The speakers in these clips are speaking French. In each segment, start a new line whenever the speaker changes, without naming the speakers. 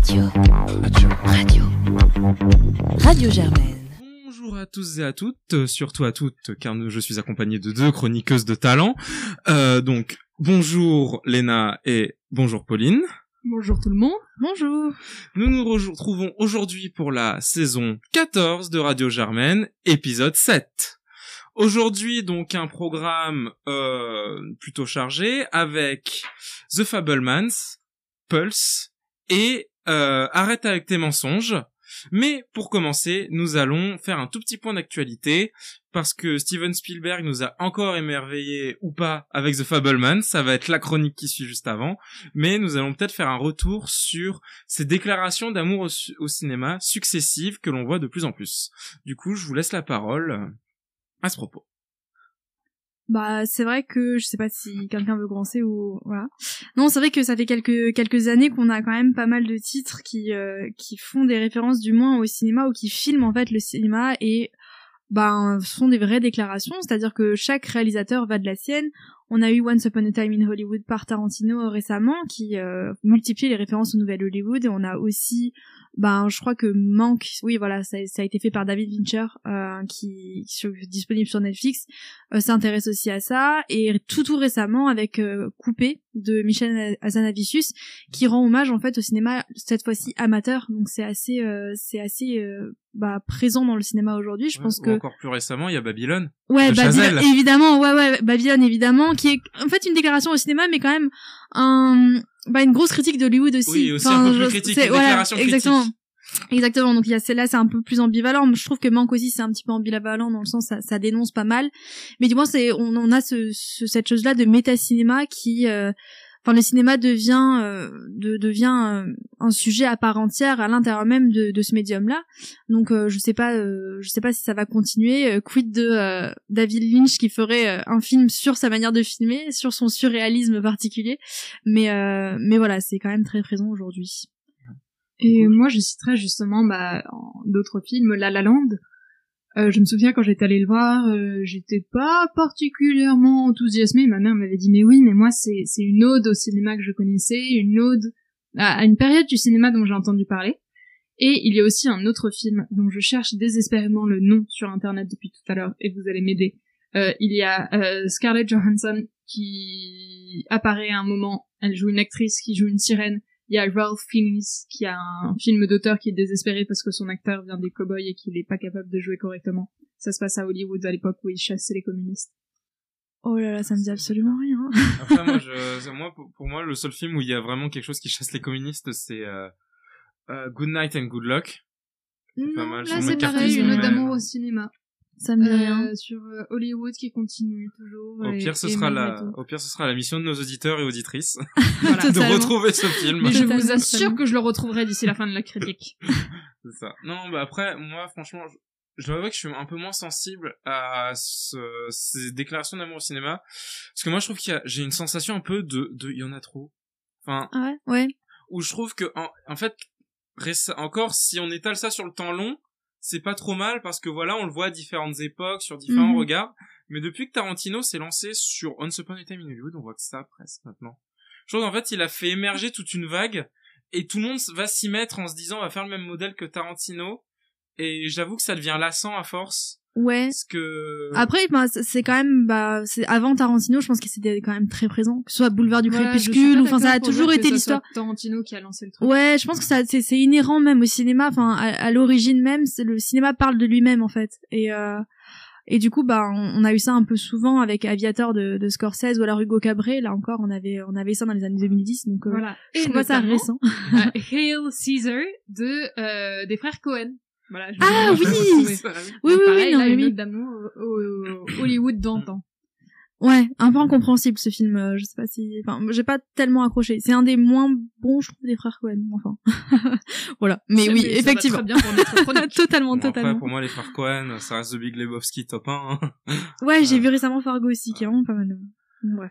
Radio Germaine.
Bonjour à tous et à toutes, surtout à toutes, car je suis accompagné de deux chroniqueuses de talent. Donc, bonjour Léna et bonjour Pauline.
Bonjour tout le monde.
Bonjour.
Nous nous retrouvons aujourd'hui pour la saison 14 de Radio Germaine, épisode 7. Aujourd'hui, donc, un programme plutôt chargé avec The Fabelmans, Pulse et Arrête avec tes mensonges. Mais pour commencer, nous allons faire un tout petit point d'actualité parce que Steven Spielberg nous a encore émerveillés ou pas avec The Fabelmans. Ça va être la chronique qui suit juste avant. Mais nous allons peut-être faire un retour sur ces déclarations d'amour au cinéma successives que l'on voit de plus en plus. Du coup, je vous laisse la parole à ce propos.
Bah, c'est vrai que je sais pas si quelqu'un veut commencer ou voilà. Non, c'est vrai que ça fait quelques années qu'on a quand même pas mal de titres qui font des références du moins au cinéma ou qui filment en fait le cinéma et sont des vraies déclarations, c'est-à-dire que chaque réalisateur va de la sienne. On a eu Once Upon a Time in Hollywood par Tarantino récemment qui multiplie les références au nouvel Hollywood, et on a aussi je crois que Manque, oui voilà, ça a été fait par David Fincher qui disponible sur Netflix, s'intéresse aussi à ça, et tout récemment avec Coupé de Michel Hazanavicius qui rend hommage en fait au cinéma cette fois-ci amateur, donc c'est assez présent dans le cinéma aujourd'hui, je pense que
encore plus récemment, il y a Babylone.
Ouais, évidemment, Babylone évidemment, qui est en fait une déclaration au cinéma, mais quand même une grosse critique d'Hollywood aussi.
Oui, aussi un peu plus critique, une déclaration critique.
Exactement. Donc il y a celle-là, c'est un peu plus ambivalent. Je trouve que Manque aussi, c'est un petit peu ambivalent dans le sens ça dénonce pas mal. Mais du moins on a cette chose-là de méta-cinéma qui le cinéma devient un sujet à part entière à l'intérieur même de ce médium-là. Donc je sais pas si ça va continuer. Quid de David Lynch qui ferait un film sur sa manière de filmer, sur son surréalisme particulier. Mais voilà, c'est quand même très présent aujourd'hui.
Et moi, je citerais justement d'autres films, La La Land. Je me souviens quand j'étais allée le voir, j'étais pas particulièrement enthousiasmée. Ma mère m'avait dit mais oui, mais moi c'est une ode au cinéma que je connaissais, une ode à une période du cinéma dont j'ai entendu parler. Et il y a aussi un autre film dont je cherche désespérément le nom sur internet depuis tout à l'heure, et vous allez m'aider. Il y a Scarlett Johansson qui apparaît à un moment, elle joue une actrice qui joue une sirène. Il y a Ralph Fiennes qui a un film d'auteur qui est désespéré parce que son acteur vient des cow-boys et qu'il est pas capable de jouer correctement. Ça se passe à Hollywood à l'époque où ils chassaient les communistes.
Oh là là, ça me dit absolument rien.
Après pour moi le seul film où il y a vraiment quelque chose qui chasse les communistes, c'est Good Night and Good Luck.
C'est pas
mal.
Là c'est pareil, une ode d'amour au cinéma.
Ça me dit rien.
Sur Hollywood qui continue toujours.
Au pire, ce sera la mission de nos auditeurs et auditrices
voilà.
de retrouver ce film.
Mais je vous assure que je le retrouverai d'ici la fin de la critique.
C'est ça. Non, après, moi, franchement, je dois avouer que je suis un peu moins sensible à ces déclarations d'amour au cinéma. Parce que moi, je trouve j'ai une sensation un peu il y en a trop. Enfin.
Ah ouais?
Où je trouve que, en fait, encore, si on étale ça sur le temps long, c'est pas trop mal parce que voilà, on le voit à différentes époques, sur différents regards. Mais depuis que Tarantino s'est lancé sur Once Upon a Time in Hollywood, on voit que ça presque maintenant. Je trouve qu'en fait, il a fait émerger toute une vague et tout le monde va s'y mettre en se disant on va faire le même modèle que Tarantino. Et j'avoue que ça devient lassant à force.
Ouais.
Parce que
après, c'est quand même, c'est avant Tarantino, je pense que c'était quand même très présent. Que ce soit Boulevard du Crépuscule, ou ça a toujours été l'histoire.
Tarantino qui a lancé le truc.
Ouais, je pense que c'est inhérent même au cinéma, à l'origine même, le cinéma parle de lui-même, en fait. Et du coup, on a eu ça un peu souvent avec Aviator de Scorsese ou alors Hugo Cabret. Là encore, on avait ça dans les années 2010, donc,
voilà.
Je trouve ça récent.
Hail Caesar des frères Cohen. Voilà,
oui!
Oui, une ode d'amour au Hollywood d'antan.
Ouais, un peu incompréhensible ce film, je sais pas si... j'ai pas tellement accroché. C'est un des moins bons, je trouve, des frères Cohen, enfin. Voilà, mais oui, effectivement.
Ça va très bien pour notre chronique.
Totalement.
Après, pour moi, les frères Cohen, ça reste The Big Lebowski top 1.
Ouais, j'ai vu récemment Fargo aussi, qui est vraiment pas mal. Bref.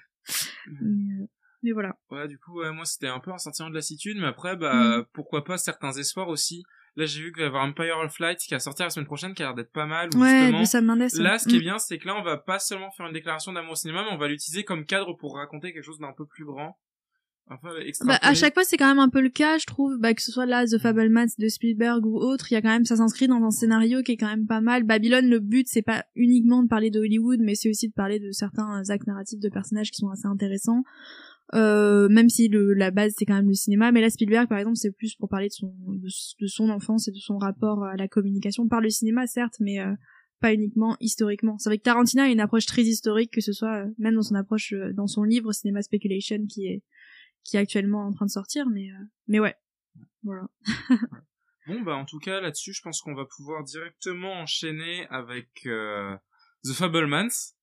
Mais voilà.
Ouais, du coup, moi, c'était un peu un sentiment de lassitude, mais après, pourquoi pas certains espoirs aussi. Là, j'ai vu qu'il va y avoir Empire of Light qui va sortir la semaine prochaine, qui a l'air d'être pas mal.
Ouais, de Sam Mendes.
Là, ce qui est bien, c'est que là, on va pas seulement faire une déclaration d'amour au cinéma, mais on va l'utiliser comme cadre pour raconter quelque chose d'un peu plus grand. Enfin,
à chaque fois, c'est quand même un peu le cas, je trouve, que ce soit là The Fabelmans de Spielberg ou autre, il y a quand même, ça s'inscrit dans un scénario qui est quand même pas mal. Babylone, le but, c'est pas uniquement de parler de Hollywood, mais c'est aussi de parler de certains actes narratifs de personnages qui sont assez intéressants. Même si la base c'est quand même le cinéma, mais là Spielberg par exemple c'est plus pour parler de son enfance et de son rapport à la communication par le cinéma certes, mais pas uniquement historiquement. C'est vrai que Tarantino a une approche très historique, que ce soit même dans son approche dans son livre Cinema Speculation qui est actuellement en train de sortir, mais ouais, voilà.
Bon bah en tout cas là-dessus je pense qu'on va pouvoir directement enchaîner avec The Fabelmans.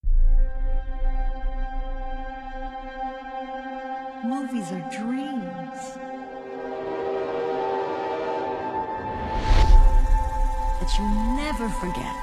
Movies are dreams that you never forget.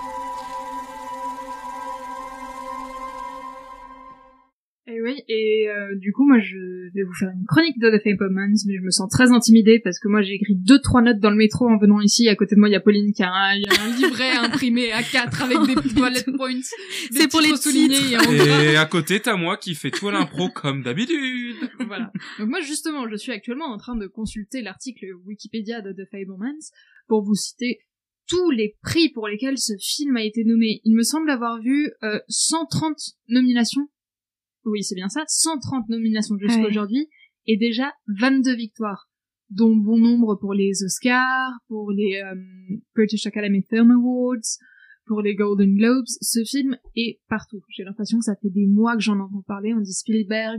Et oui, et du coup, moi, je vais vous faire une chronique de The Fabelmans, mais je me sens très intimidée parce que moi, j'ai écrit 2-3 notes dans le métro en venant ici. À côté de moi, il y a Pauline qui a un livret imprimé A4 avec des bullet points.
C'est pour les soulignés.
Et à côté, t'as moi qui fais tout l'impro comme d'habitude.
Voilà. Donc moi, justement, je suis actuellement en train de consulter l'article Wikipédia de The Fabelmans pour vous citer tous les prix pour lesquels ce film a été nommé. Il me semble avoir vu 130 nominations. Oui, c'est bien ça, 130 nominations jusqu'à aujourd'hui, et déjà 22 victoires, dont bon nombre pour les Oscars, pour les British Academy Film Awards, pour les Golden Globes. Ce film est partout. J'ai l'impression que ça fait des mois que j'en entends parler. On dit Spielberg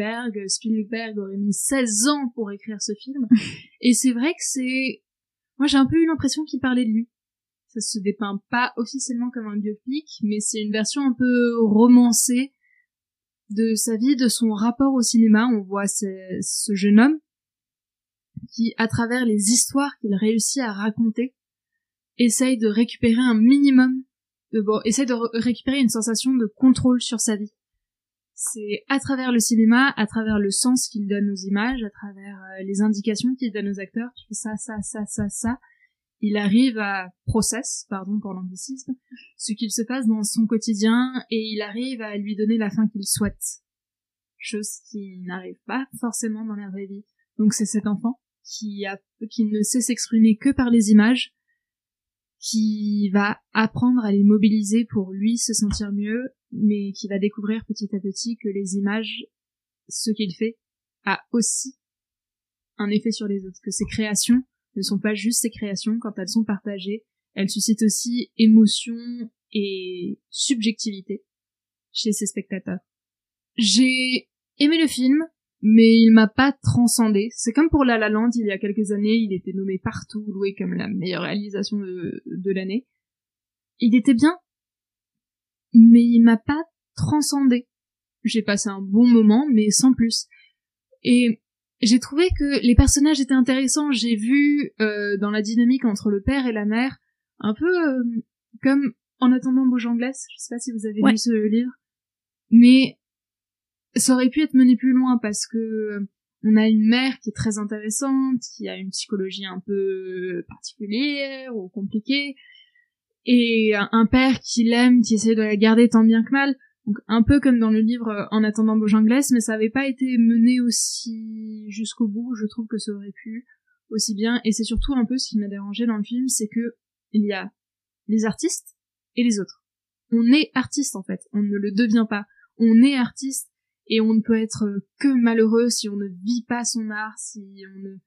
aurait mis 16 ans pour écrire ce film. Et c'est vrai que moi j'ai un peu eu l'impression qu'il parlait de lui. Ça se dépeint pas officiellement comme un biopic, mais c'est une version un peu romancée de sa vie, de son rapport au cinéma. On voit ce jeune homme qui, à travers les histoires qu'il réussit à raconter, essaye de récupérer un minimum essaye de récupérer une sensation de contrôle sur sa vie. C'est à travers le cinéma, à travers le sens qu'il donne aux images, à travers les indications qu'il donne aux acteurs, tu fais ça, il arrive à pardon pour l'anglicisme, ce qu'il se passe dans son quotidien, et il arrive à lui donner la fin qu'il souhaite. Chose qui n'arrive pas forcément dans la vraie vie. Donc c'est cet enfant qui ne sait s'exprimer que par les images, qui va apprendre à les mobiliser pour lui se sentir mieux, mais qui va découvrir petit à petit que les images, ce qu'il fait, a aussi un effet sur les autres, que ses créations ne sont pas juste ses créations. Quand elles sont partagées, elles suscitent aussi émotion et subjectivité chez ses spectateurs. J'ai aimé le film, mais il m'a pas transcendé. C'est comme pour La La Land, il y a quelques années, il était nommé partout, loué comme la meilleure réalisation de l'année. Il était bien, mais il m'a pas transcendé. J'ai passé un bon moment, mais sans plus. Et j'ai trouvé que les personnages étaient intéressants. J'ai vu dans la dynamique entre le père et la mère, un peu comme En attendant Beaujanglès. Je sais pas si vous avez lu ce livre, mais ça aurait pu être mené plus loin parce que on a une mère qui est très intéressante, qui a une psychologie un peu particulière ou compliquée, et un père qui l'aime, qui essaie de la garder tant bien que mal. Donc un peu comme dans le livre En attendant Beaujanglès, mais ça avait pas été mené aussi jusqu'au bout. Je trouve que ça aurait pu aussi bien, et c'est surtout un peu ce qui m'a dérangé dans le film, c'est que il y a les artistes et les autres. On est artiste en fait, on ne le devient pas. On est artiste et on ne peut être que malheureux si on ne vit pas son art, si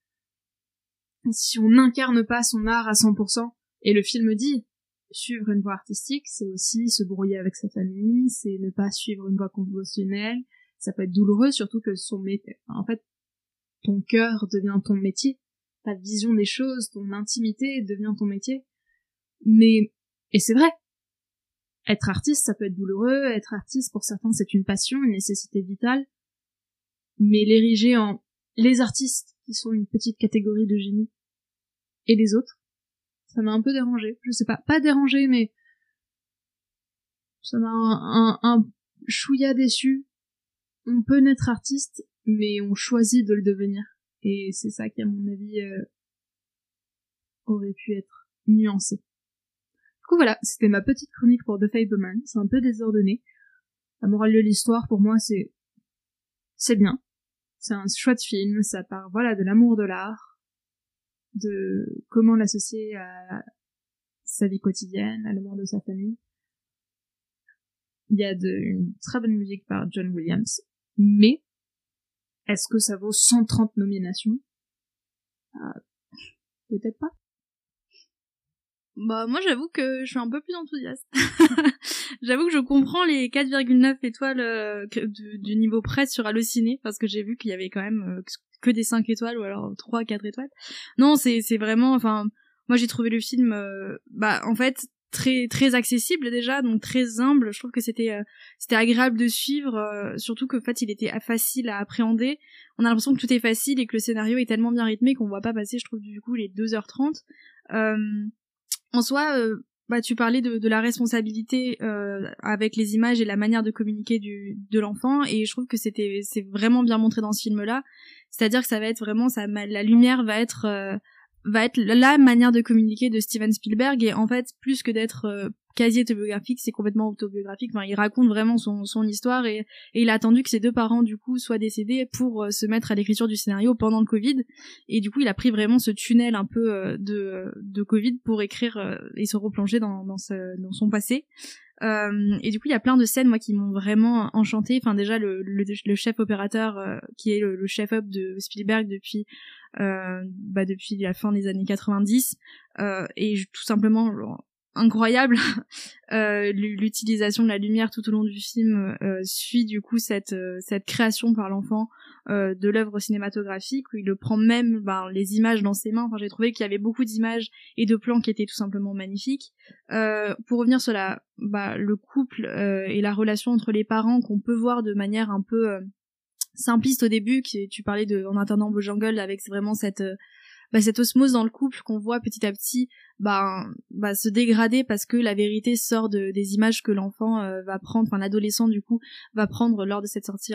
on n'incarne pas son art à 100%. Et le film dit, suivre une voie artistique, c'est aussi se brouiller avec sa famille, c'est ne pas suivre une voie conventionnelle. Ça peut être douloureux, surtout que en fait, ton cœur devient ton métier, ta vision des choses, ton intimité devient ton métier. Et c'est vrai. Être artiste, ça peut être douloureux. Être artiste, pour certains, c'est une passion, une nécessité vitale. Mais l'ériger en les artistes, qui sont une petite catégorie de génie, et les autres, ça m'a un peu dérangé. Je sais pas dérangé, mais ça m'a un chouïa déçu. On peut naître artiste, mais on choisit de le devenir. Et c'est ça qui, à mon avis, aurait pu être nuancé. Du coup voilà, c'était ma petite chronique pour The Fabelmans. C'est un peu désordonné. La morale de l'histoire, pour moi, c'est bien. C'est un chouette film, ça part, voilà, de l'amour de l'art, de comment l'associer à sa vie quotidienne, à l'amour de sa famille. Il y a une très bonne musique par John Williams, mais est-ce que ça vaut 130 nominations? Peut-être pas.
Bah moi j'avoue que je suis un peu plus enthousiaste. J'avoue que je comprends les 4,9 étoiles du niveau presse sur Allociné, parce que j'ai vu qu'il y avait quand même que des 5 étoiles ou alors 3 4 étoiles. Non, c'est vraiment, enfin moi j'ai trouvé le film en fait très très accessible déjà, donc très humble. Je trouve que c'était agréable de suivre, surtout qu'en fait il était facile à appréhender. On a l'impression que tout est facile et que le scénario est tellement bien rythmé qu'on voit pas passer, je trouve, du coup les 2h30. En soi, tu parlais de la responsabilité avec les images et la manière de communiquer de l'enfant, et je trouve que c'est vraiment bien montré dans ce film-là. C'est-à-dire que ça va être vraiment la lumière va être la manière de communiquer de Steven Spielberg, et en fait plus que d'être quasi autobiographique, c'est complètement autobiographique. Enfin, il raconte vraiment son histoire, et il a attendu que ses 2 parents du coup soient décédés pour se mettre à l'écriture du scénario pendant le Covid, et du coup il a pris vraiment ce tunnel un peu de Covid pour écrire et se replonger dans son passé. Et du coup il y a plein de scènes moi qui m'ont vraiment enchantée. Enfin déjà le chef opérateur qui est le chef up de Spielberg depuis la fin des années 90, et tout simplement incroyable. L'utilisation de la lumière tout au long du film suit du coup cette création par l'enfant de l'œuvre cinématographique, où il le prend même les images dans ses mains. Enfin, j'ai trouvé qu'il y avait beaucoup d'images et de plans qui étaient tout simplement magnifiques. Pour revenir sur le couple et la relation entre les parents, qu'on peut voir de manière un peu simpliste au début, tu parlais de En attendant Jungle, avec vraiment cette osmose dans le couple qu'on voit petit à petit se dégrader, parce que la vérité sort des images que l'enfant va prendre, enfin l'adolescent du coup va prendre lors de cette sortie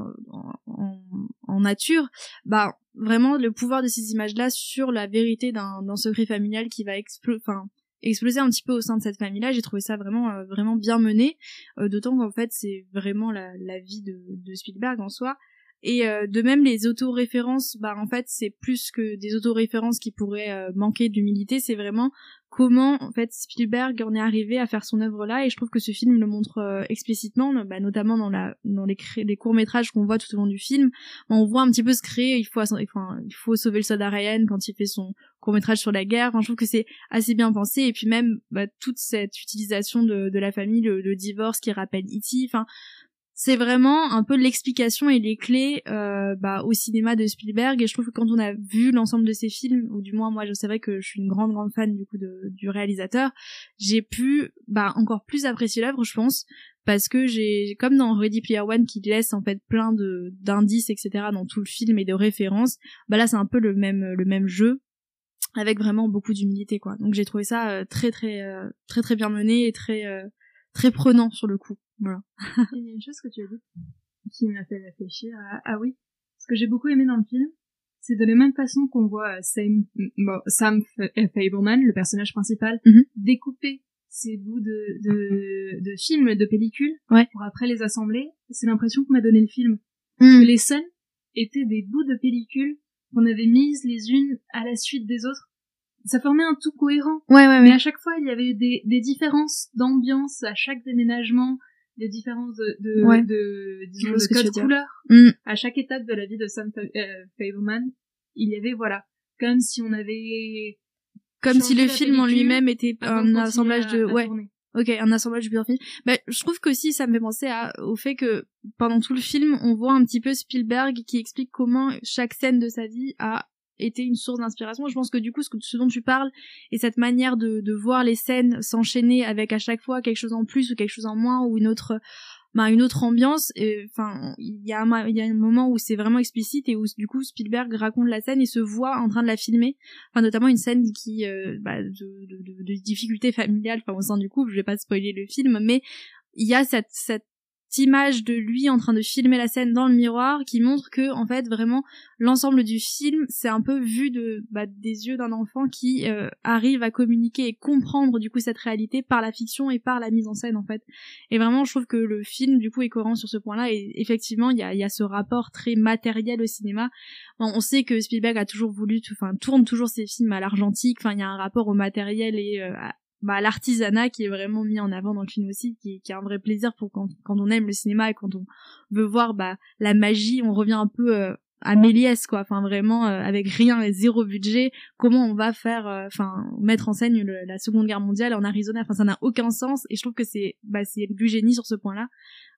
en nature. Vraiment le pouvoir de ces images-là sur la vérité d'un secret familial qui va exploser un petit peu au sein de cette famille-là. J'ai trouvé ça vraiment vraiment bien mené, d'autant qu'en fait c'est vraiment la vie de Spielberg en soi. Et de même les autoréférences, en fait c'est plus que des autoréférences qui pourraient manquer d'humilité, c'est vraiment comment en fait Spielberg en est arrivé à faire son œuvre là, et je trouve que ce film le montre explicitement, notamment dans les courts-métrages qu'on voit tout au long du film. On voit un petit peu se créer, il faut sauver le soldat Ryan quand il fait son court-métrage sur la guerre. Enfin, je trouve que c'est assez bien pensé, et puis même toute cette utilisation de la famille, le divorce qui rappelle E.T., enfin c'est vraiment un peu l'explication et les clés au cinéma de Spielberg. Et je trouve que quand on a vu l'ensemble de ses films, ou du moins moi c'est vrai que je suis une grande fan du coup du réalisateur, j'ai pu encore plus apprécier l'œuvre, je pense, parce que j'ai, comme dans Ready Player One qui laisse en fait plein d'indices etc dans tout le film et de références, là c'est un peu le même jeu, avec vraiment beaucoup d'humilité quoi. Donc j'ai trouvé ça très bien mené et très prenant sur le coup. Voilà.
Il y a une chose que tu as dit qui m'a fait réfléchir à oui, ce que j'ai beaucoup aimé dans le film, c'est de la même façon qu'on voit Sam Fableman, le personnage principal, découper ces bouts de films, de pellicules, pour après les assembler. C'est l'impression que m'a donné le film. Que les scènes étaient des bouts de pellicules qu'on avait mises les unes à la suite des autres. Ça formait un tout cohérent. Mais à chaque fois, il y avait des différences d'ambiance à chaque déménagement, des différences de code couleur. À chaque étape de la vie de Sam Fableman, il y avait, comme si on avait...
Comme si le film en lui-même était un assemblage de... un assemblage de plusieurs films. Je trouve que aussi, ça me fait penser au fait que, pendant tout le film, on voit un petit peu Spielberg qui explique comment chaque scène de sa vie a été une source d'inspiration. Je pense que du coup ce dont tu parles, et cette manière de voir les scènes s'enchaîner avec à chaque fois quelque chose en plus ou quelque chose en moins, ou une autre ambiance, enfin il y a un moment où c'est vraiment explicite, et où du coup Spielberg raconte la scène et se voit en train de la filmer, enfin notamment une scène qui de difficultés familiales au sein du couple. Je vais pas spoiler le film, mais il y a cette image de lui en train de filmer la scène dans le miroir qui montre que en fait vraiment l'ensemble du film c'est un peu vu des yeux d'un enfant qui arrive à communiquer et comprendre du coup cette réalité par la fiction et par la mise en scène en fait. Et vraiment je trouve que le film du coup est cohérent sur ce point-là et effectivement il y a ce rapport très matériel au cinéma. Bon, on sait que Spielberg a toujours voulu tourne toujours ses films à l'argentique, il y a un rapport au matériel et à l'artisanat qui est vraiment mis en avant dans le film aussi, qui est un vrai plaisir pour quand on aime le cinéma et quand on veut voir la magie, on revient un peu à Méliès quoi, vraiment avec rien et zéro budget, comment on va faire mettre en scène la Seconde Guerre mondiale en Arizona, ça n'a aucun sens et je trouve que c'est du génie sur ce point-là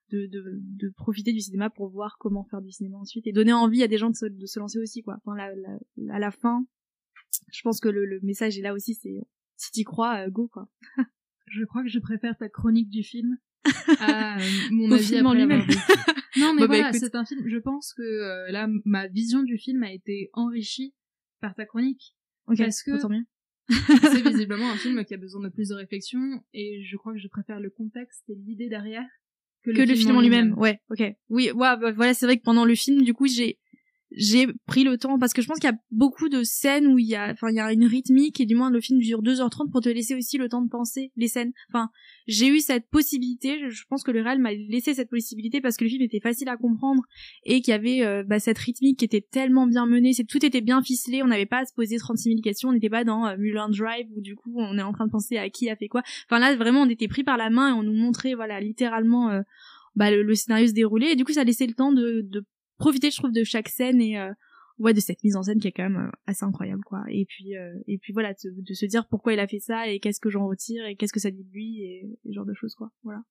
de profiter du cinéma pour voir comment faire du cinéma ensuite et donner envie à des gens de se lancer aussi quoi. À la fin, je pense que le message est là aussi, c'est si t'y crois, go quoi.
Je crois que je préfère ta chronique du film à mon
Au
avis
film en
après
lui-même.
l'avoir vu. Non mais voilà,
écoute.
c'est un film, je pense que là ma vision du film a été enrichie par ta chronique.
Ok,
parce que
autant mieux.
c'est visiblement un film qui a besoin de plus de réflexion et je crois que je préfère le contexte et l'idée derrière que le film
en lui-même. Ouais, ok. Oui, voilà, c'est vrai que pendant le film, du coup, j'ai pris le temps parce que je pense qu'il y a beaucoup de scènes où il y a une rythmique et du moins le film dure 2h30 pour te laisser aussi le temps de penser les scènes. J'ai eu cette possibilité, je pense que le réal m'a laissé cette possibilité parce que le film était facile à comprendre et qu'il y avait cette rythmique qui était tellement bien menée, tout était bien ficelé, on n'avait pas à se poser 36 000 questions, on n'était pas dans Mulholland Drive où du coup on est en train de penser à qui a fait quoi. Là vraiment on était pris par la main et on nous montrait littéralement le scénario se dérouler et du coup ça laissait le temps de profiter je trouve de chaque scène et de cette mise en scène qui est quand même assez incroyable quoi. Et puis voilà de se dire pourquoi il a fait ça et qu'est-ce que j'en retire et qu'est-ce que ça dit de lui et ce genre de choses quoi. Voilà.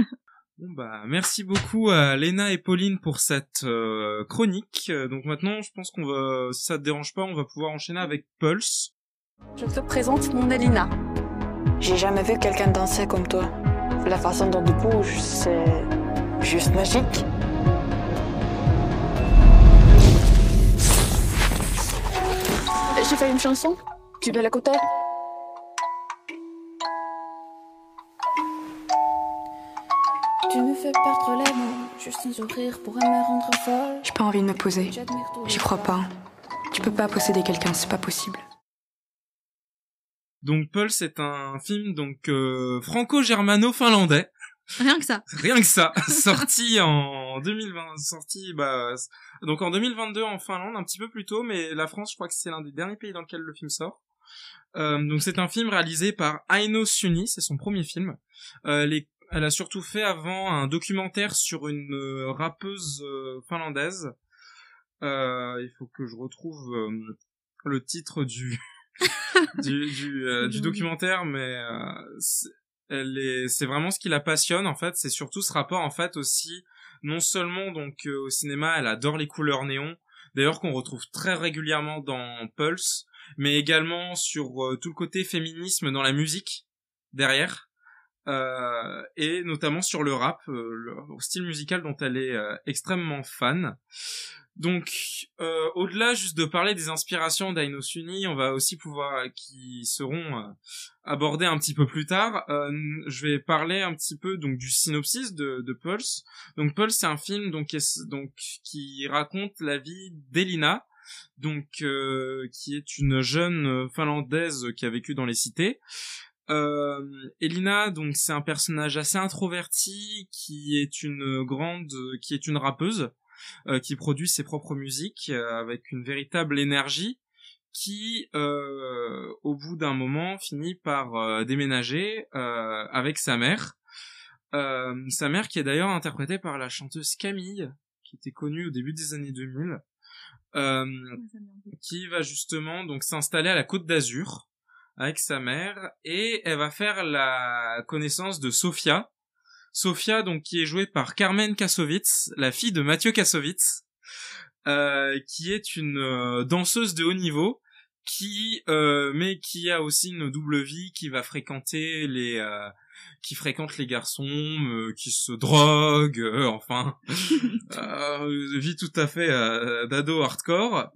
Bon merci beaucoup à Léna et Pauline pour cette chronique. Donc maintenant je pense qu'on va, si ça te dérange pas, on va pouvoir enchaîner avec Pulse.
Je te présente mon Elina. J'ai jamais vu quelqu'un danser comme toi. La façon dont tu bouges, c'est juste magique. J'ai fait une chanson. Tu veux l'écouter?
Tu me fais perdre les mots. Juste un sourire pourrait me rendre folle.
J'ai pas envie de me poser. J'y crois pas. Tu peux pas posséder quelqu'un, c'est pas possible.
Donc Pulse est un film franco-germano-finlandais.
Rien que ça.
Rien que ça. Sorti en 2020, donc en 2022 en Finlande, un petit peu plus tôt, mais la France, je crois que c'est l'un des derniers pays dans lequel le film sort. Donc c'est un film réalisé par Aino Suni, c'est son premier film. Elle a surtout fait avant un documentaire sur une rappeuse finlandaise. Il faut que je retrouve le titre du documentaire, mais c'est vraiment ce qui la passionne en fait. C'est surtout ce rapport en fait aussi, non seulement au cinéma, elle adore les couleurs néon, d'ailleurs qu'on retrouve très régulièrement dans Pulse, mais également sur tout le côté féminisme dans la musique derrière, et notamment sur le rap, le style musical dont elle est extrêmement fan. Donc, au-delà juste de parler des inspirations d'Aino Suni, on va aussi qui seront abordées un petit peu plus tard. Je vais parler un petit peu donc du synopsis de Pulse. Donc Pulse, c'est un film qui raconte la vie d'Elina, qui est une jeune finlandaise qui a vécu dans les cités. Elina, donc c'est un personnage assez introverti qui est une rappeuse. Qui produit ses propres musiques avec une véritable énergie qui, au bout d'un moment, finit par déménager avec sa mère. Sa mère qui est d'ailleurs interprétée par la chanteuse Camille, qui était connue au début des années 2000, qui va justement donc s'installer à la Côte d'Azur avec sa mère et elle va faire la connaissance de Sofia, donc qui est jouée par Carmen Kassovitz, la fille de Mathieu Kassovitz, qui est une danseuse de haut niveau, mais qui a aussi une double vie, qui va fréquenter qui fréquente les garçons, qui se drogue, vie tout à fait d'ado hardcore.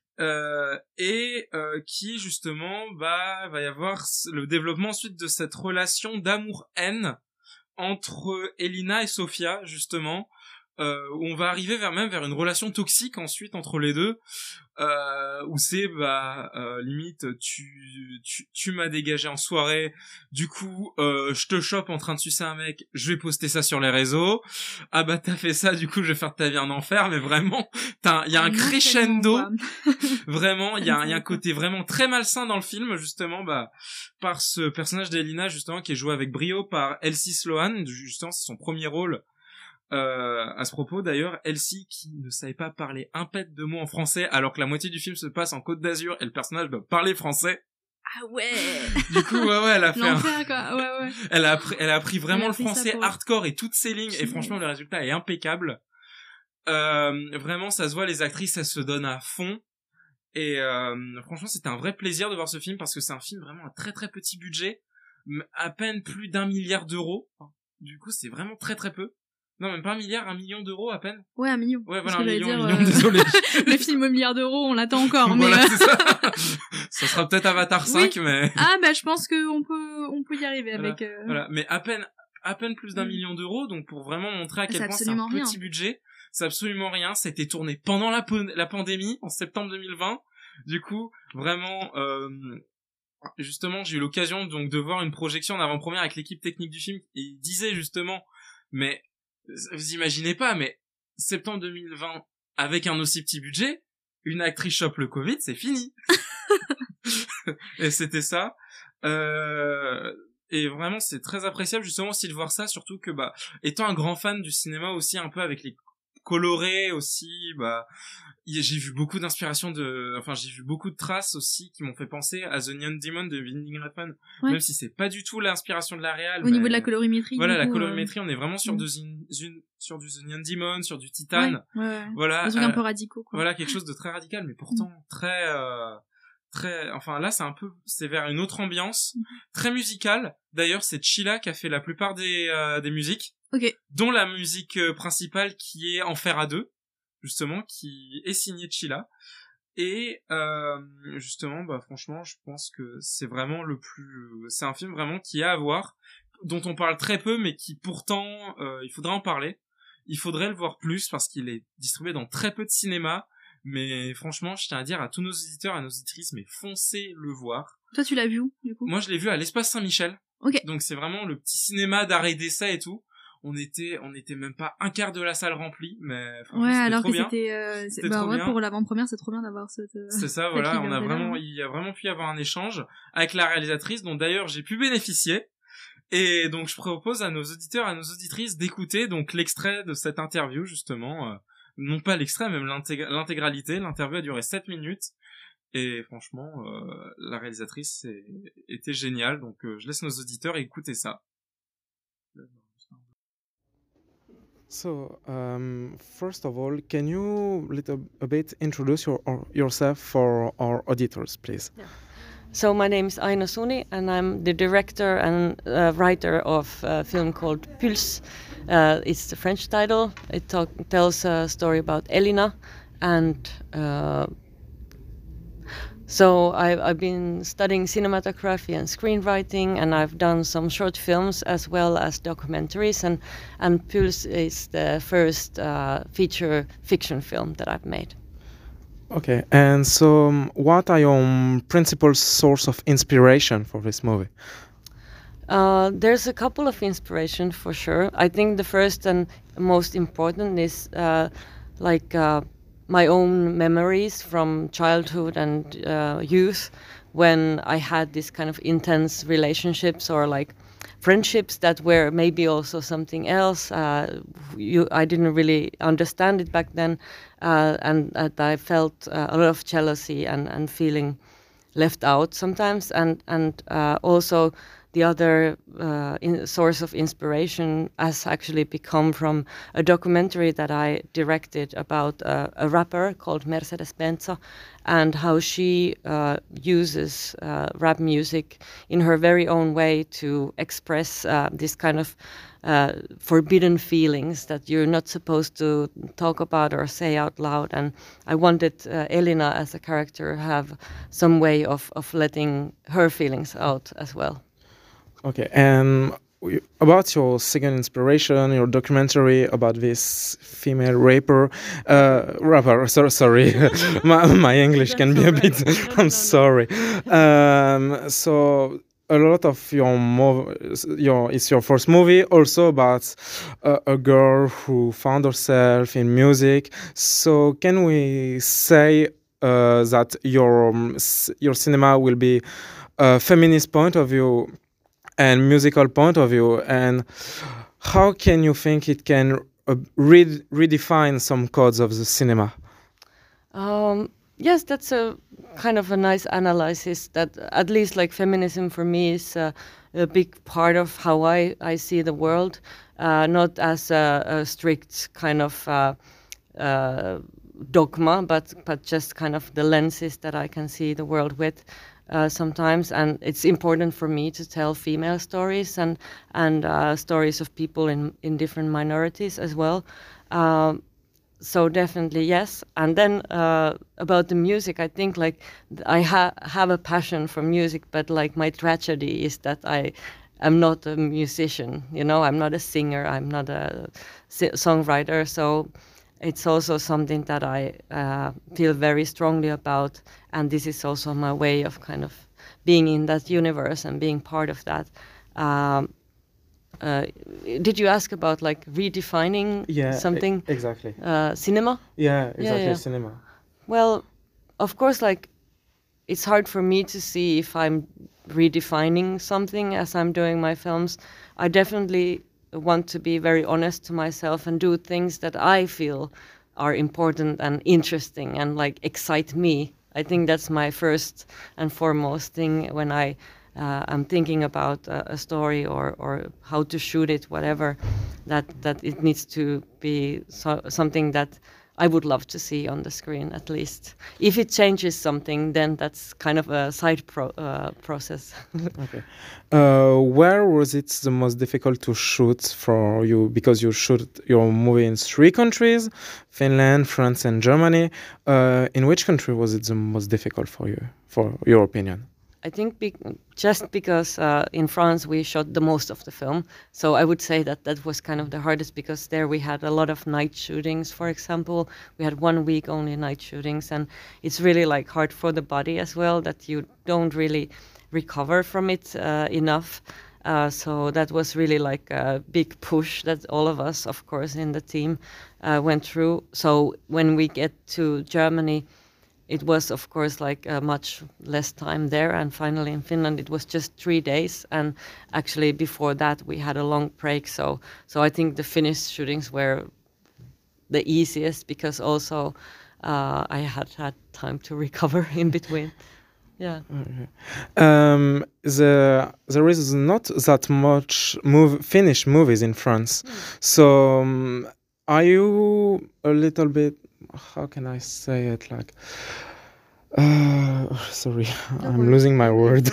Qui justement va y avoir le développement ensuite de cette relation d'amour-haine entre Elina et Sofia, justement, où on va arriver vers une relation toxique ensuite entre les deux, où c'est limite tu m'as dégagé en soirée, du coup je te chope en train de sucer un mec, je vais poster ça sur les réseaux, ah bah t'as fait ça, du coup je vais faire de ta vie un enfer, mais vraiment il y a un crescendo vraiment, il y a un côté vraiment très malsain dans le film, justement par ce personnage d'Elina, justement, qui est joué avec brio par Elsie Sloan, justement c'est son premier rôle. À ce propos, d'ailleurs, Elsie, qui ne savait pas parler un pet de mots en français, alors que la moitié du film se passe en Côte d'Azur et le personnage doit parler français.
Ah ouais.
Du coup, ouais, elle a fait
l'enfer, quoi. Ouais.
Elle a appris vraiment le français hardcore et toutes ses lignes, et franchement, le résultat est impeccable. Vraiment, ça se voit, les actrices, elles se donnent à fond. Et franchement, c'était un vrai plaisir de voir ce film, parce que c'est un film vraiment à très très petit budget, à peine plus d'1 milliard d'euros. Du coup, c'est vraiment très très peu. Non, même pas 1 milliard, 1 million d'euros à peine.
Ouais, 1 million.
Ouais, voilà, 1 million, désolé.
Le film au milliard d'euros, on l'attend encore, mais...
Voilà, c'est ça. Ça sera peut-être Avatar 5, oui. Mais...
Ah, je pense qu'on peut y arriver avec...
Voilà, mais à peine plus d'1 million d'euros, donc pour vraiment montrer à quel point c'est un petit budget. C'est absolument rien. Ça a été tourné pendant la pandémie, en septembre 2020. Du coup, vraiment... justement, j'ai eu l'occasion donc de voir une projection en avant-première avec l'équipe technique du film, et il disait justement, mais... Vous imaginez pas, mais septembre 2020, avec un aussi petit budget, une actrice chope le Covid, c'est fini. Et c'était ça. Et vraiment, c'est très appréciable justement aussi de voir ça, surtout que étant un grand fan du cinéma aussi, un peu avec les colorés aussi, j'ai vu beaucoup d'inspiration j'ai vu beaucoup de traces aussi qui m'ont fait penser à The Neon Demon de Winding Refn, même si c'est pas du tout l'inspiration de la réal.
Au niveau de la colorimétrie.
Voilà, la colorimétrie, on est vraiment sur du The Neon Demon, sur du Titan.
Ouais.
Voilà.
Des trucs un peu radicaux, quoi.
Voilà, quelque chose de très radical, mais pourtant très, enfin là, c'est vers une autre ambiance, très musicale. D'ailleurs, c'est Chila qui a fait la plupart des musiques.
Ok.
Dont la musique principale qui est Enfer à 2. Justement, qui est signé Chila. Et justement, franchement, je pense que c'est vraiment c'est un film vraiment qui est à voir, dont on parle très peu, mais qui pourtant, il faudrait en parler. Il faudrait le voir plus, parce qu'il est distribué dans très peu de cinéma. Mais franchement, je tiens à dire à tous nos auditeurs et nos auditrices, mais foncez le voir.
Toi, tu l'as vu où, du coup?
Moi, je l'ai vu à l'Espace Saint-Michel.
Ok.
Donc c'est vraiment le petit cinéma d'arrêt d'essai et tout. On était même pas un quart de la salle remplie, mais
ouais, alors
trop
que
bien.
c'était pour l'avant-première, c'est trop bien d'avoir cette
c'est ça, voilà, il y a vraiment pu y avoir un échange avec la réalisatrice, dont d'ailleurs j'ai pu bénéficier. Et donc je propose à nos auditeurs et à nos auditrices d'écouter donc l'extrait de cette interview, justement, non pas l'extrait, même l'intégralité. L'interview a duré 7 minutes. Et franchement, la réalisatrice était géniale, donc je laisse nos auditeurs écouter ça.
So, first of all, can you a bit introduce yourself for our auditors, please?
Yeah. So my name is Aino Suni, and I'm the director and writer of a film called Pulse. It's the French title. It tells a story about Elina, and so I've been studying cinematography and screenwriting, and I've done some short films as well as documentaries, and Pulse is the first feature fiction film that I've made.
Okay, and so what are your principal source of inspiration for this movie?
There's a couple of inspiration for sure. I think the first and most important is my own memories from childhood and youth, when I had this kind of intense relationships or like friendships that were maybe also something else. I didn't really understand it back then, and I felt a lot of jealousy and feeling left out sometimes, and also the other source of inspiration has actually become from a documentary that I directed about a rapper called Mercedes Benzo, and how she uses rap music in her very own way to express this kind of forbidden feelings that you're not supposed to talk about or say out loud. And I wanted Elina as a character have some way of letting her feelings out as well.
Okay, and about your second inspiration, your documentary about this female rapper. Sorry, my English can be a bit. I'm sorry. So a lot of it's your first movie, also about a girl who found herself in music. So can we say that your cinema will be a feminist point of view and musical point of view, and how can you think it can redefine some codes of the cinema?
Yes, that's a kind of a nice analysis. That at least like feminism for me is a big part of how I see the world, not as a strict kind of dogma, but just kind of the lenses that I can see the world with. Sometimes, and it's important for me to tell female stories and stories of people in different minorities as well. So definitely yes. And then about the music, I think like I have a passion for music, but like my tragedy is that I am not a musician. You know, I'm not a singer. I'm not a songwriter. So it's also something that I feel very strongly about, and this is also my way of kind of being in that universe and being part of that. Did you ask about like redefining something?
Exactly.
Cinema?
Yeah, exactly.
Yeah.
Cinema.
Well, of course, like it's hard for me to see if I'm redefining something as I'm doing my films. I definitely want to be very honest to myself and do things that I feel are important and interesting and like excite me. I think that's my first and foremost thing when I'm thinking about a story or how to shoot it, whatever, that it needs to be something that I would love to see on the screen at least. If it changes something, then that's kind of a side process.
Okay. Where was it the most difficult to shoot for you? Because you shoot your movie in 3 countries, Finland, France, and Germany. In which country was it the most difficult for you, for your opinion?
I think just because in France we shot the most of the film, so I would say that was kind of the hardest because there we had a lot of night shootings, for example. We had 1 week only night shootings, and it's really like hard for the body as well that you don't really recover from it enough. So that was really like a big push that all of us, of course, in the team went through. So when we get to Germany, it was, of course, like much less time there. And finally in Finland, it was just 3 days. And actually before that, we had a long break. So I think the Finnish shootings were the easiest because also I had time to recover in between. Yeah.
There is not that much Finnish movies in France. So are you a little bit, how can I say it, like sorry, I'm losing my word.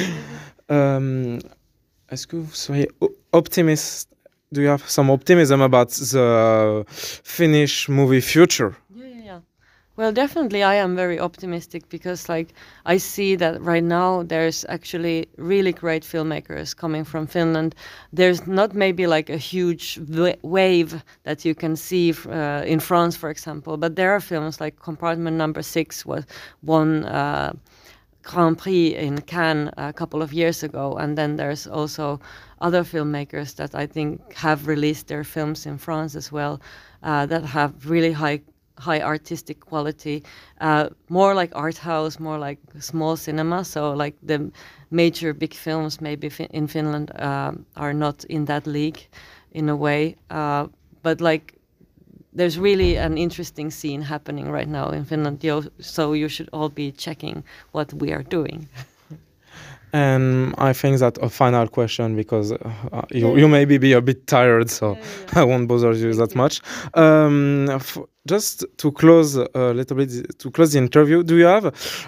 Est-ce que vous soyez optimist? Do you have some optimism about the Finnish movie future?
Yeah. Well, definitely I am very optimistic because like I see that right now there's actually really great filmmakers coming from Finland. There's not maybe like a huge wave that you can see in France, for example, but there are films like Compartment Number 6 won Grand Prix in Cannes a couple of years ago, and then there's also other filmmakers that I think have released their films in France as well that have really high artistic quality, more like art house, more like small cinema. So like the major big films maybe in Finland are not in that league in a way, but like there's really an interesting scene happening right now in Finland, so you should all be checking what we are doing.
And I think that a final question, because you maybe be a bit tired, so I won't bother you that much. Just to close a little bit, to close the interview, do you have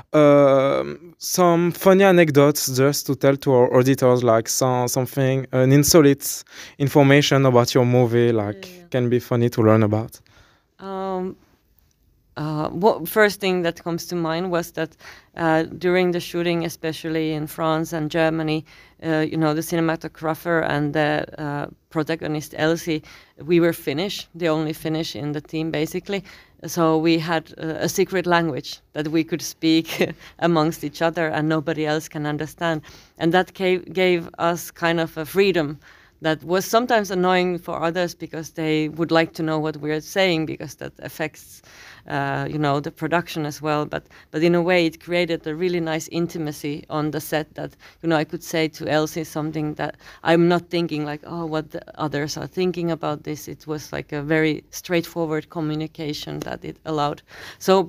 some funny anecdotes just to tell to our auditors, like something, an insolite information about your movie, like can be funny to learn about?
first thing that comes to mind was that during the shooting, especially in France and Germany, the cinematographer and the protagonist Elsie, we were Finnish, the only Finnish in the team basically. So we had a secret language that we could speak amongst each other and nobody else can understand. And that gave us kind of a freedom that was sometimes annoying for others because they would like to know what we're saying because that affects, the production as well. But in a way, it created a really nice intimacy on the set that, I could say to Elsie something that I'm not thinking like, oh, what the others are thinking about this. It was like a very straightforward communication that it allowed. So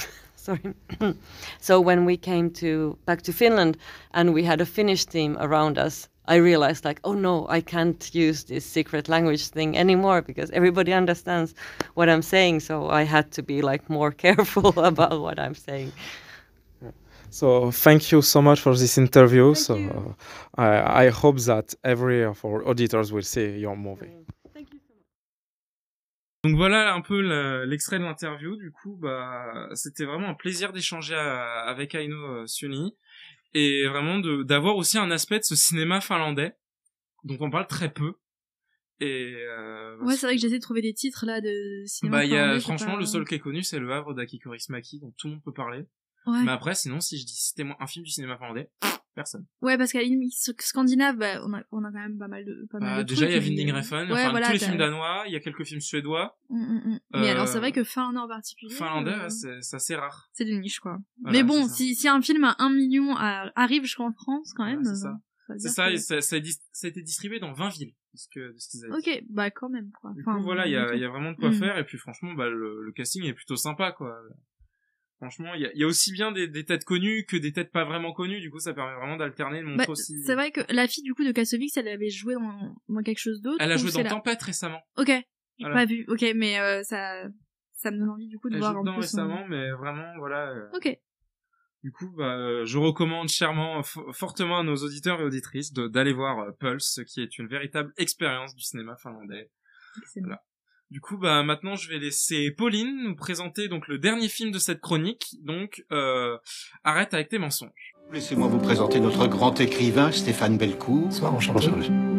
So when we came back to Finland and we had a Finnish team around us, I realized like, oh no, I can't use this secret language thing anymore because everybody understands what I'm saying. So I had to be like more careful about what I'm saying.
So thank you so much for this interview. I hope that every of our auditors will see your movie.
Thank you so much.
Donc voilà un peu l'extrait de l'interview. Du coup, c'était vraiment un plaisir d'échanger avec Aino Siuni. Et vraiment d'avoir aussi un aspect de ce cinéma finlandais dont on parle très peu. Et
ouais, c'est vrai que j'essaie de trouver des titres là de cinéma finlandais.
Franchement, le seul qui est connu, c'est Le Havre d'Aki Kaurismäki, dont tout le monde peut parler.
Ouais.
Mais après, sinon, si je dis citez-moi un film du cinéma finlandais, personne.
Ouais, parce qu'à la limite scandinave, on a quand même pas mal de
déjà, il y a
trucs,
Winding Refn,
ouais,
tous les films danois, il y a quelques films suédois.
Mais alors, c'est vrai que finlandais en particulier.
Finlandais, c'est assez rare.
C'est de niche, quoi.
Voilà,
mais bon, si un film à 1 million arrive jusqu'en France, quand même.
C'est ça, et ça a été distribué dans 20 villes, de ce qu'ils avaient dit.
Ok, quand même, quoi.
Du coup, voilà, il y a vraiment de quoi faire, et puis franchement, le casting est plutôt sympa, quoi. Franchement, il y a aussi bien des têtes connues que des têtes pas vraiment connues, du coup ça permet vraiment d'alterner, de montrer aussi...
C'est vrai que la fille du coup de Kassovitz, elle avait joué dans quelque chose d'autre.
Elle a joué dans Tempête récemment.
Ok, voilà. Pas vu, ok, mais ça me donne envie du coup de voir un peu. Elle joue
récemment, mais vraiment, voilà...
Ok.
Du coup, je recommande fortement à nos auditeurs et auditrices d'aller voir Pulse, qui est une véritable expérience du cinéma finlandais.
Excellent. Voilà.
Du coup, maintenant, je vais laisser Pauline nous présenter donc le dernier film de cette chronique, donc Arrête avec tes mensonges.
Laissez-moi vous présenter notre grand écrivain, Stéphane Bellecourt.
Bonsoir, enchanté.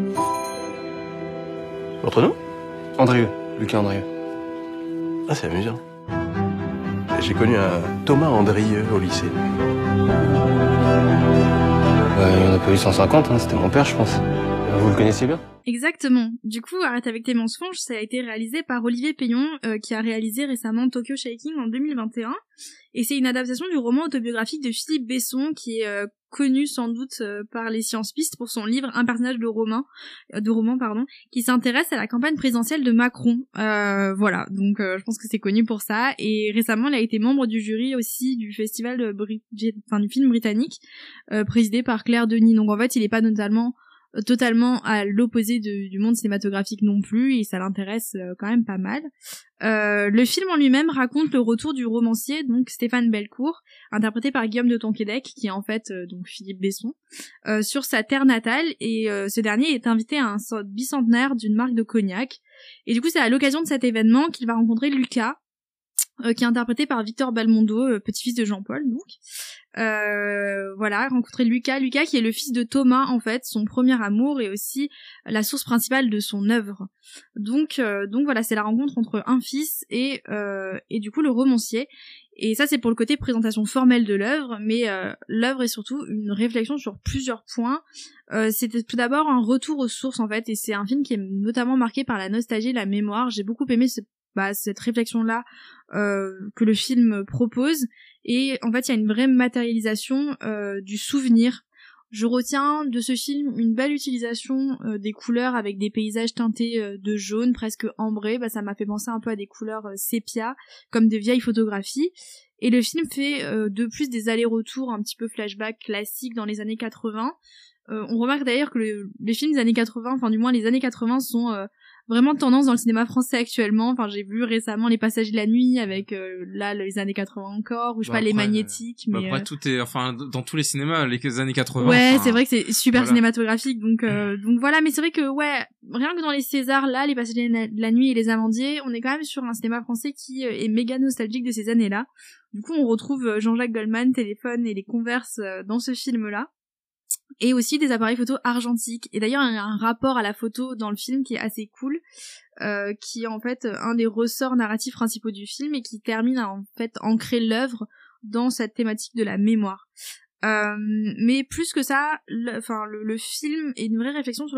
Votre nom ? Andrieux, Lucas Andrieux. Ah, c'est amusant. J'ai connu un Thomas Andrieux au lycée. Il y en a pas eu 150, c'était mon père, je pense. Vous le connaissez bien ?
Exactement. Du coup, Arrête avec tes mensonges, ça a été réalisé par Olivier Payon, qui a réalisé récemment Tokyo Shaking en 2021. Et c'est une adaptation du roman autobiographique de Philippe Besson, qui est connu sans doute par les Sciences Pistes pour son livre Un personnage de roman, qui s'intéresse à la campagne présidentielle de Macron. Voilà, donc je pense que c'est connu pour ça. Et récemment, il a été membre du jury aussi du festival du film britannique, présidé par Claire Denis. Donc en fait, il est pas totalement à l'opposé du monde cinématographique non plus, et ça l'intéresse quand même pas mal. Le film en lui-même raconte le retour du romancier, donc Stéphane Bellecourt, interprété par Guillaume de Tonquédec, qui est en fait donc Philippe Besson, sur sa terre natale, et ce dernier est invité à un bicentenaire d'une marque de cognac, et du coup c'est à l'occasion de cet événement qu'il va rencontrer Lucas, qui est interprété par Victor Belmondo, petit-fils de Jean-Paul, donc. Voilà, rencontrer Lucas qui est le fils de Thomas, en fait, son premier amour et aussi la source principale de son œuvre. Donc voilà, c'est la rencontre entre un fils et du coup le romancier. Et ça, c'est pour le côté présentation formelle de l'œuvre, mais l'œuvre est surtout une réflexion sur plusieurs points. C'était tout d'abord un retour aux sources, en fait, et c'est un film qui est notamment marqué par la nostalgie et la mémoire. J'ai beaucoup aimé cette réflexion-là que le film propose, et en fait il y a une vraie matérialisation du souvenir. Je retiens de ce film une belle utilisation des couleurs avec des paysages teintés de jaune, presque ambrés. Ça m'a fait penser un peu à des couleurs sépia, comme de vieilles photographies. Et le film fait de plus des allers-retours un petit peu flashback classiques dans les années 80. On remarque d'ailleurs que les films des années 80, enfin du moins les années 80, sont vraiment tendance dans le cinéma français actuellement. Enfin, j'ai vu récemment Les Passagers de la Nuit avec là les années 80 encore, ou je sais pas, Les Magnétiques. Mais
après tout est, enfin, dans tous les cinémas, les années 80.
Ouais, c'est vrai que c'est super cinématographique, donc voilà. Mais c'est vrai que ouais, rien que dans les Césars là, Les Passagers de la Nuit et Les Amandiers, on est quand même sur un cinéma français qui est méga nostalgique de ces années-là. Du coup, on retrouve Jean-Jacques Goldman, Téléphone et les Converse dans ce film-là. Et aussi des appareils photo argentiques. Et d'ailleurs, il y a un rapport à la photo dans le film qui est assez cool, qui est en fait un des ressorts narratifs principaux du film et qui termine à en fait ancrer l'œuvre dans cette thématique de la mémoire. Mais plus que ça, le film est une vraie réflexion sur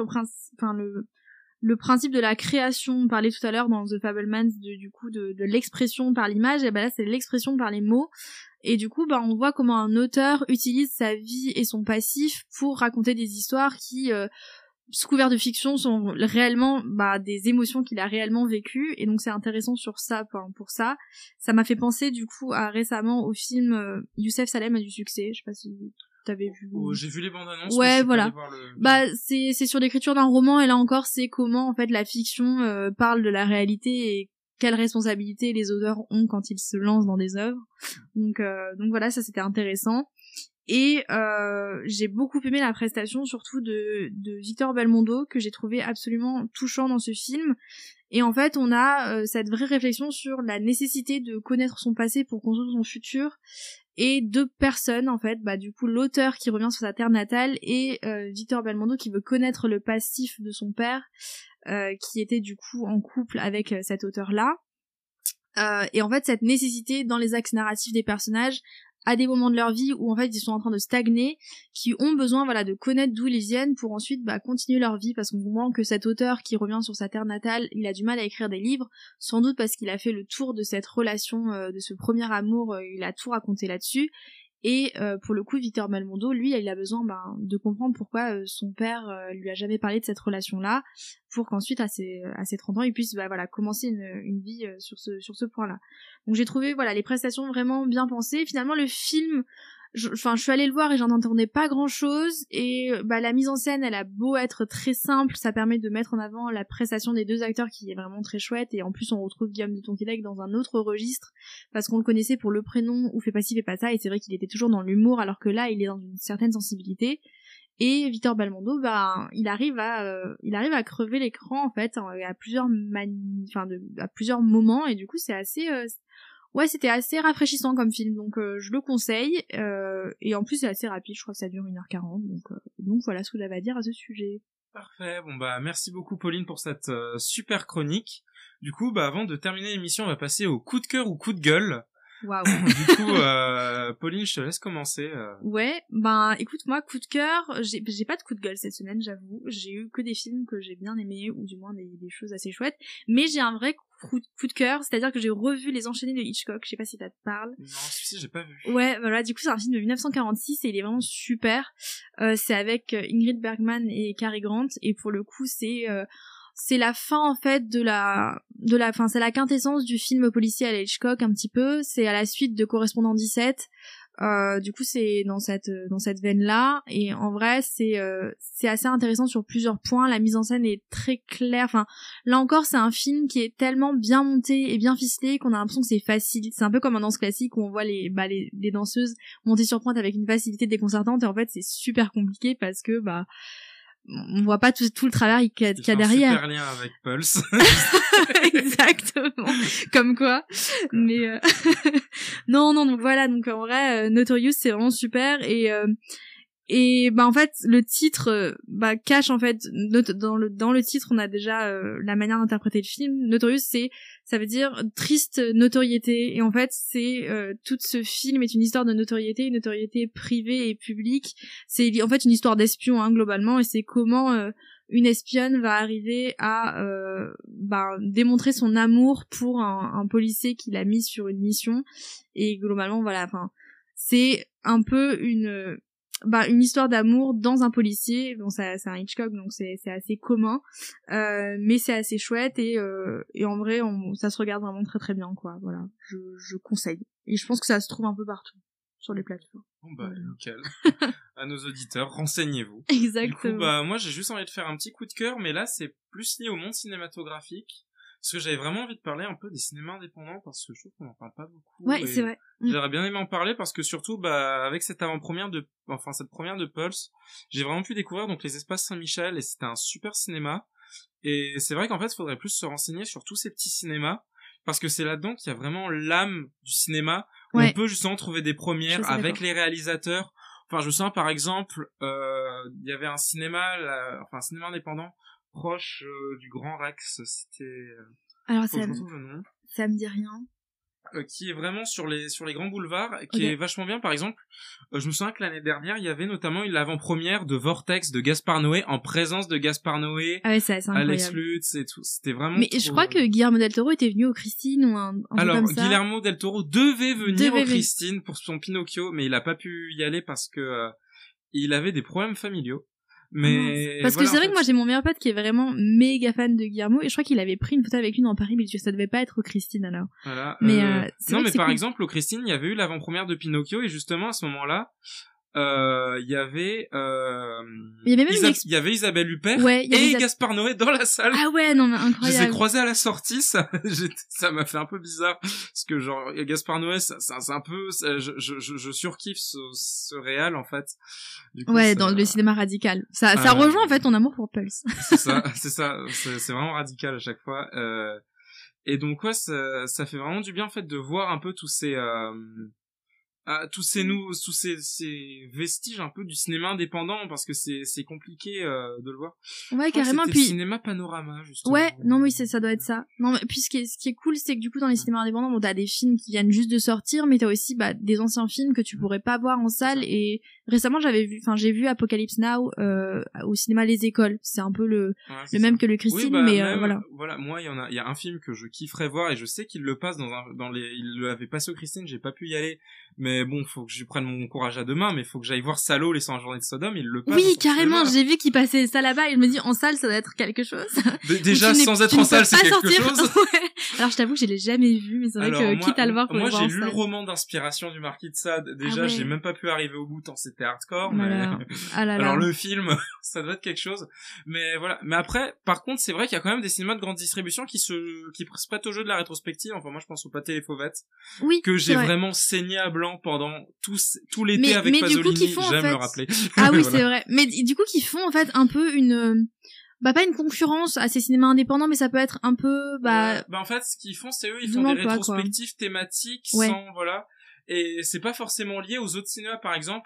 le principe de la création. On parlait tout à l'heure dans The Fabelmans de l'expression par l'image, et ben là c'est l'expression par les mots. Et du coup, on voit comment un auteur utilise sa vie et son passif pour raconter des histoires qui, sous couvert de fiction, sont réellement des émotions qu'il a réellement vécues. Et donc c'est intéressant sur ça, pour ça. Ça m'a fait penser du coup récemment au film Youssef Salem a du succès. Je sais pas si t'avais vu.
Oh, j'ai vu les bandes annonces.
Ouais, voilà. C'est sur l'écriture d'un roman, et là encore c'est comment en fait la fiction parle de la réalité et quelle responsabilité les auteurs ont quand ils se lancent dans des œuvres. Donc voilà, ça c'était intéressant. Et j'ai beaucoup aimé la prestation surtout de Victor Belmondo, que j'ai trouvé absolument touchant dans ce film. Et en fait, on a cette vraie réflexion sur la nécessité de connaître son passé pour construire son futur, et deux personnes en fait, du coup l'auteur qui revient sur sa terre natale et Victor Belmondo qui veut connaître le passif de son père, qui était du coup en couple avec cet auteur-là. Et en fait, cette nécessité dans les axes narratifs des personnages à des moments de leur vie où en fait ils sont en train de stagner, qui ont besoin de connaître d'où ils viennent pour ensuite continuer leur vie, parce qu'on comprend que cet auteur qui revient sur sa terre natale, il a du mal à écrire des livres, sans doute parce qu'il a fait le tour de cette relation, de ce premier amour, il a tout raconté là-dessus. Et pour le coup, Victor Belmondo, lui, il a besoin de comprendre pourquoi son père lui a jamais parlé de cette relation-là, pour qu'ensuite à ses 30 ans, il puisse commencer une vie sur ce point-là. Donc j'ai trouvé les prestations vraiment bien pensées. Finalement, le film, je suis allée le voir et j'en entendais pas grand-chose, et la mise en scène, elle a beau être très simple, ça permet de mettre en avant la prestation des deux acteurs qui est vraiment très chouette, et en plus on retrouve Guillaume de Tonquédec dans un autre registre, parce qu'on le connaissait pour Le Prénom ou Fais pas ci, fais pas ça, et c'est vrai qu'il était toujours dans l'humour, alors que là il est dans une certaine sensibilité. Et Victor Belmondo, il arrive à crever l'écran en fait à plusieurs moments, et du coup c'est assez c'était assez rafraîchissant comme film, donc je le conseille, et en plus c'est assez rapide, je crois que ça dure 1h40, donc voilà ce que j'avais à dire à ce sujet.
Parfait, merci beaucoup Pauline pour cette super chronique. Du coup, avant de terminer l'émission, on va passer au coup de cœur ou coup de gueule.
Waouh.
Du coup, Pauline, je te laisse commencer.
Ouais, écoute, moi, coup de cœur, j'ai pas de coup de gueule cette semaine, j'avoue. J'ai eu que des films que j'ai bien aimés, ou du moins des choses assez chouettes. Mais j'ai un vrai coup de cœur, c'est-à-dire que j'ai revu Les Enchaînés de Hitchcock, je sais pas si ça te parle.
Non, si, j'ai pas vu.
Ouais, du coup, c'est un film de 1946 et il est vraiment super. C'est avec Ingrid Bergman et Cary Grant, et pour le coup, c'est la fin en fait c'est la quintessence du film policier à la Hitchcock un petit peu, c'est à la suite de Correspondant 17. Du coup c'est dans cette veine là, et en vrai c'est assez intéressant sur plusieurs points. La mise en scène est très claire, là encore c'est un film qui est tellement bien monté et bien ficelé qu'on a l'impression que c'est facile. C'est un peu comme un danse classique où on voit les danseuses monter sur pointe avec une facilité déconcertante, et en fait c'est super compliqué parce que on voit pas tout le travail qu'il y a derrière.
Super lien avec Pulse.
Exactement. Comme quoi. Mais non, donc voilà, donc en vrai Notorious c'est vraiment super, et en fait le titre cache en fait dans le titre on a déjà la manière d'interpréter le film. Notorious ça veut dire triste notoriété, et en fait c'est tout ce film est une histoire de notoriété, une notoriété privée et publique. C'est en fait une histoire d'espion globalement, et c'est comment une espionne va arriver à démontrer son amour pour un policier qui l'a mis sur une mission, et globalement c'est un peu une histoire d'amour dans un policier. Bon, c'est un Hitchcock, donc c'est assez commun, mais c'est assez chouette, et en vrai ça se regarde vraiment très très bien, quoi. Voilà, je conseille, et je pense que ça se trouve un peu partout sur les plateformes.
Bon bah nickel. À nos auditeurs, renseignez-vous.
Exactement.
Du coup, bah moi j'ai juste envie de faire un petit coup de cœur, mais là c'est plus lié au monde cinématographique. Parce que j'avais vraiment envie de parler un peu des cinémas indépendants, parce que je trouve qu'on en parle pas beaucoup.
Ouais, c'est vrai.
J'aurais bien aimé en parler, parce que surtout, bah, avec cette première de Pulse, j'ai vraiment pu découvrir donc les espaces Saint-Michel, et c'était un super cinéma. Et c'est vrai qu'en fait, il faudrait plus se renseigner sur tous ces petits cinémas, parce que c'est là-dedans qu'il y a vraiment l'âme du cinéma, où on peut justement trouver des premières avec les réalisateurs. Enfin, je sens par exemple, il y avait un cinéma indépendant, proche du Grand Rex, c'était...
Alors ça me dit rien.
Qui est vraiment sur les grands boulevards, qui est vachement bien. Par exemple, je me souviens que l'année dernière, il y avait notamment l'avant-première de Vortex de Gaspard Noé, en présence de Gaspard Noé, Alex Lutz et tout. C'était vraiment
je crois que Guillermo del Toro était venu au Christine ou un
Alors,
truc comme ça.
Guillermo del Toro devait venir au Christine pour son Pinocchio, mais il a pas pu y aller parce que il avait des problèmes familiaux. Mais
parce que c'est vrai que moi j'ai mon meilleur pote qui est vraiment méga fan de Guillermo, et je crois qu'il avait pris une photo avec lui dans Paris, mais ça devait pas être au Christine alors.
Voilà.
Mais
non, mais par exemple au Christine, il y avait eu l'avant-première de Pinocchio, et justement à ce moment-là, il y avait Isabelle Huppert et Gaspard Noé dans la salle.
Ah ouais, non mais incroyable.
Je les ai croisés à la sortie, ça m'a fait un peu bizarre parce que genre Gaspard Noé, c'est un peu, je surkiffe ce réal en fait. Du coup,
dans le cinéma radical. Ça rejoint en fait ton amour pour Pulse.
c'est vraiment radical à chaque fois. Et donc ça fait vraiment du bien en fait de voir un peu tous ces vestiges un peu du cinéma indépendant, parce que c'est compliqué de le voir.
Ouais, carrément. Puis
cinéma panorama justement.
Ouais, non oui, ça doit être ça. Non mais puis ce qui est cool, c'est que du coup dans les cinémas indépendants, bon, t'as des films qui viennent juste de sortir, mais t'as aussi des anciens films que tu pourrais pas voir en salle. Et récemment j'ai vu Apocalypse Now au cinéma Les Écoles. C'est un peu le même que le Christine, mais voilà.
Voilà, moi il y a un film que je kifferais voir, et je sais qu'il le passe il l'avait passé au Christine, j'ai pas pu y aller. Mais bon, faut que je prenne mon courage à deux mains, mais faut que j'aille voir Salaud, les 100 journées de Sodome, il le passe.
Oui, carrément, j'ai vu qu'il passait ça là-bas, et je me dis, en salle, ça doit être quelque chose.
Déjà, sans être en salle, c'est quelque chose.
Ouais. Alors, je t'avoue que je l'ai jamais vu, mais c'est vrai que quitte à le voir, faut le voir en salle.
Moi, j'ai lu le roman d'inspiration du Marquis de Sade. Déjà, j'ai même pas pu arriver au bout tant c'était hardcore, mais... Alors, le film, ça doit être quelque chose. Mais voilà. Mais après, par contre, c'est vrai qu'il y a quand même des cinémas de grande distribution qui se prêtent au jeu de la rétrospective. Enfin, moi, je pense au Pâté Les Fauvettes.
Oui.
Que j'ai vraiment saigné à blanc pendant tout l'été avec Pasolini, j'aime le rappeler.
Ah oui, voilà. C'est vrai. Mais du coup, qu'ils font en fait un peu pas une concurrence à ces cinémas indépendants, mais ça peut être un peu
en fait, ce qu'ils font, c'est eux, ils font des rétrospectives thématiques sans voilà. Et c'est pas forcément lié aux autres cinémas, par exemple.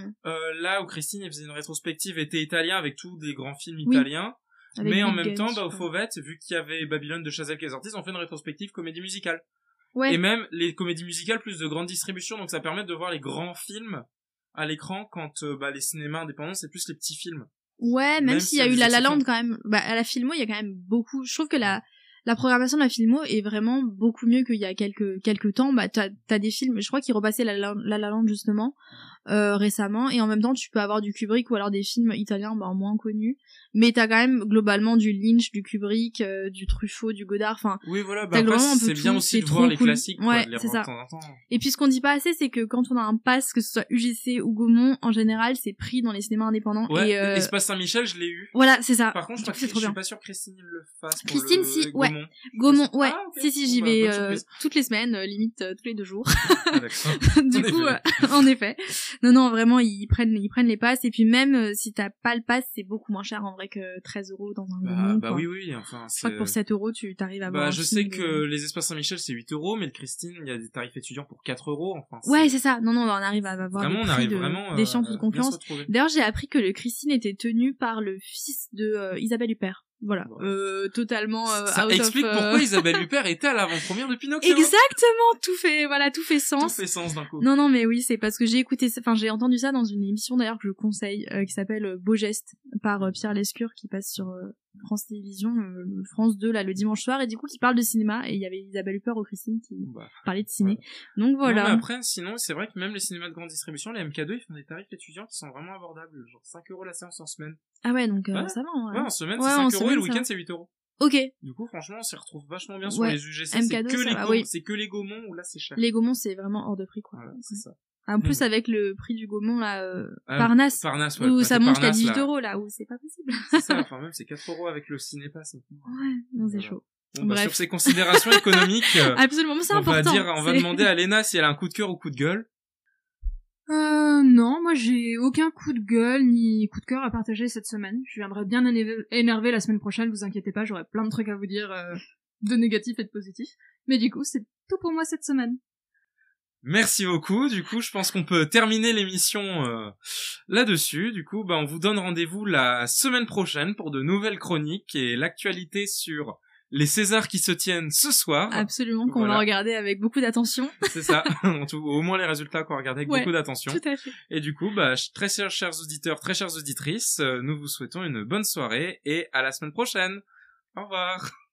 Là, au Christine, ils faisaient une rétrospective été italien avec tous des grands films italiens. Mais en même temps, au Fauvettes, vu qu'il y avait Babylone de Chazelle qui est sorti, ils ont fait une rétrospective comédie musicale. Ouais. Et même les comédies musicales plus de grande distribution, donc ça permet de voir les grands films à l'écran quand les cinémas indépendants c'est plus les petits films.
Ouais, même s'il y a eu La La Land quand même. À la Filmo, il y a quand même beaucoup. Je trouve que la programmation de la Filmo est vraiment beaucoup mieux qu'il y a quelques temps. T'as des films, je crois qu'ils repassaient La La Land justement récemment, et en même temps tu peux avoir du Kubrick ou alors des films italiens moins connus, mais t'as quand même globalement du Lynch, du Kubrick, du Truffaut, du Godard, enfin
oui voilà, après c'est bien aussi de voir les classiques,
ouais, c'est ça. Et puis ce qu'on dit pas assez, c'est que quand on a un pass, que ce soit UGC ou Gaumont, en général c'est pris dans les cinémas indépendants.
Ouais, et Espace Saint-Michel je l'ai eu.
Voilà, c'est ça.
Par contre je suis pas sûr que Christine le fasse pour
Christine si, ouais. Gaumont, ouais. Okay. Si j'y vais toutes les semaines, limite tous les 2 jours.
Ah, d'accord.
Du coup en effet. Non, vraiment, ils prennent les passes, et puis même si t'as pas le pass, c'est beaucoup moins cher en vrai que 13 € dans un Gaumont.
Oui, enfin,
je crois que pour 7 € tu t'arrives à voir.
Je sais que les espaces Saint-Michel c'est 8 €, mais le Christine, il y a des tarifs étudiants pour 4 €, enfin.
Ouais, c'est ça. Non, on arrive à avoir
vraiment,
des chiens toute concurrence. D'ailleurs, j'ai appris que le Christine était tenu par le fils de Isabelle Huppert. Voilà, totalement
ça explique pourquoi Isabelle Huppert était à l'avant-première de Pinocchio.
Exactement, tout fait sens.
Tout fait sens d'un coup.
Non, mais oui, c'est parce que j'ai entendu ça dans une émission d'ailleurs que je conseille, qui s'appelle Beau Geste, par Pierre Lescure, qui passe sur France Télévisions, France 2 là le dimanche soir, et du coup qui parle de cinéma, et il y avait Isabelle Huppert au Christine qui parlait de ciné. Ouais. Donc voilà.
Non, mais après sinon c'est vrai que même les cinémas de grande distribution, les MK2, ils font des tarifs étudiants qui sont vraiment abordables, genre 5 € la séance en semaine.
Ah ouais, donc ça va.
Ouais, en semaine c'est 5 € et le week-end c'est 8 €.
Ok.
Du coup franchement on s'y retrouve vachement bien sur les UGC,
MK2,
c'est que les Gaumont où là c'est cher.
Les Gaumont c'est vraiment hors de prix quoi.
Voilà, c'est ça.
En plus, avec le prix du Gaumont, là, Parnasse.
Parnasse, ouais.
Où ça monte à 18
là.
€, là, où c'est pas possible.
C'est ça, enfin, même, c'est 4 € avec le cinépass.
Ouais, non, c'est chaud.
Bon, bah,
Bref.
sur ces considérations économiques,
absolument, mais c'est
on
important.
va demander à Léna si elle a un coup de cœur ou coup de gueule.
Non, moi j'ai aucun coup de gueule ni coup de cœur à partager cette semaine. Je viendrai bien énervé la semaine prochaine, vous inquiétez pas, j'aurai plein de trucs à vous dire de négatif et de positif. Mais du coup, c'est tout pour moi cette semaine.
Merci beaucoup. Du coup, je pense qu'on peut terminer l'émission là-dessus. Du coup, on vous donne rendez-vous la semaine prochaine pour de nouvelles chroniques et l'actualité sur les Césars qui se tiennent ce soir.
Absolument, qu'on va regarder avec beaucoup d'attention.
C'est ça. Au moins les résultats qu'on va regarder avec beaucoup d'attention.
Tout à fait.
Et du coup, très chers auditeurs, très chères auditrices, nous vous souhaitons une bonne soirée et à la semaine prochaine. Au revoir.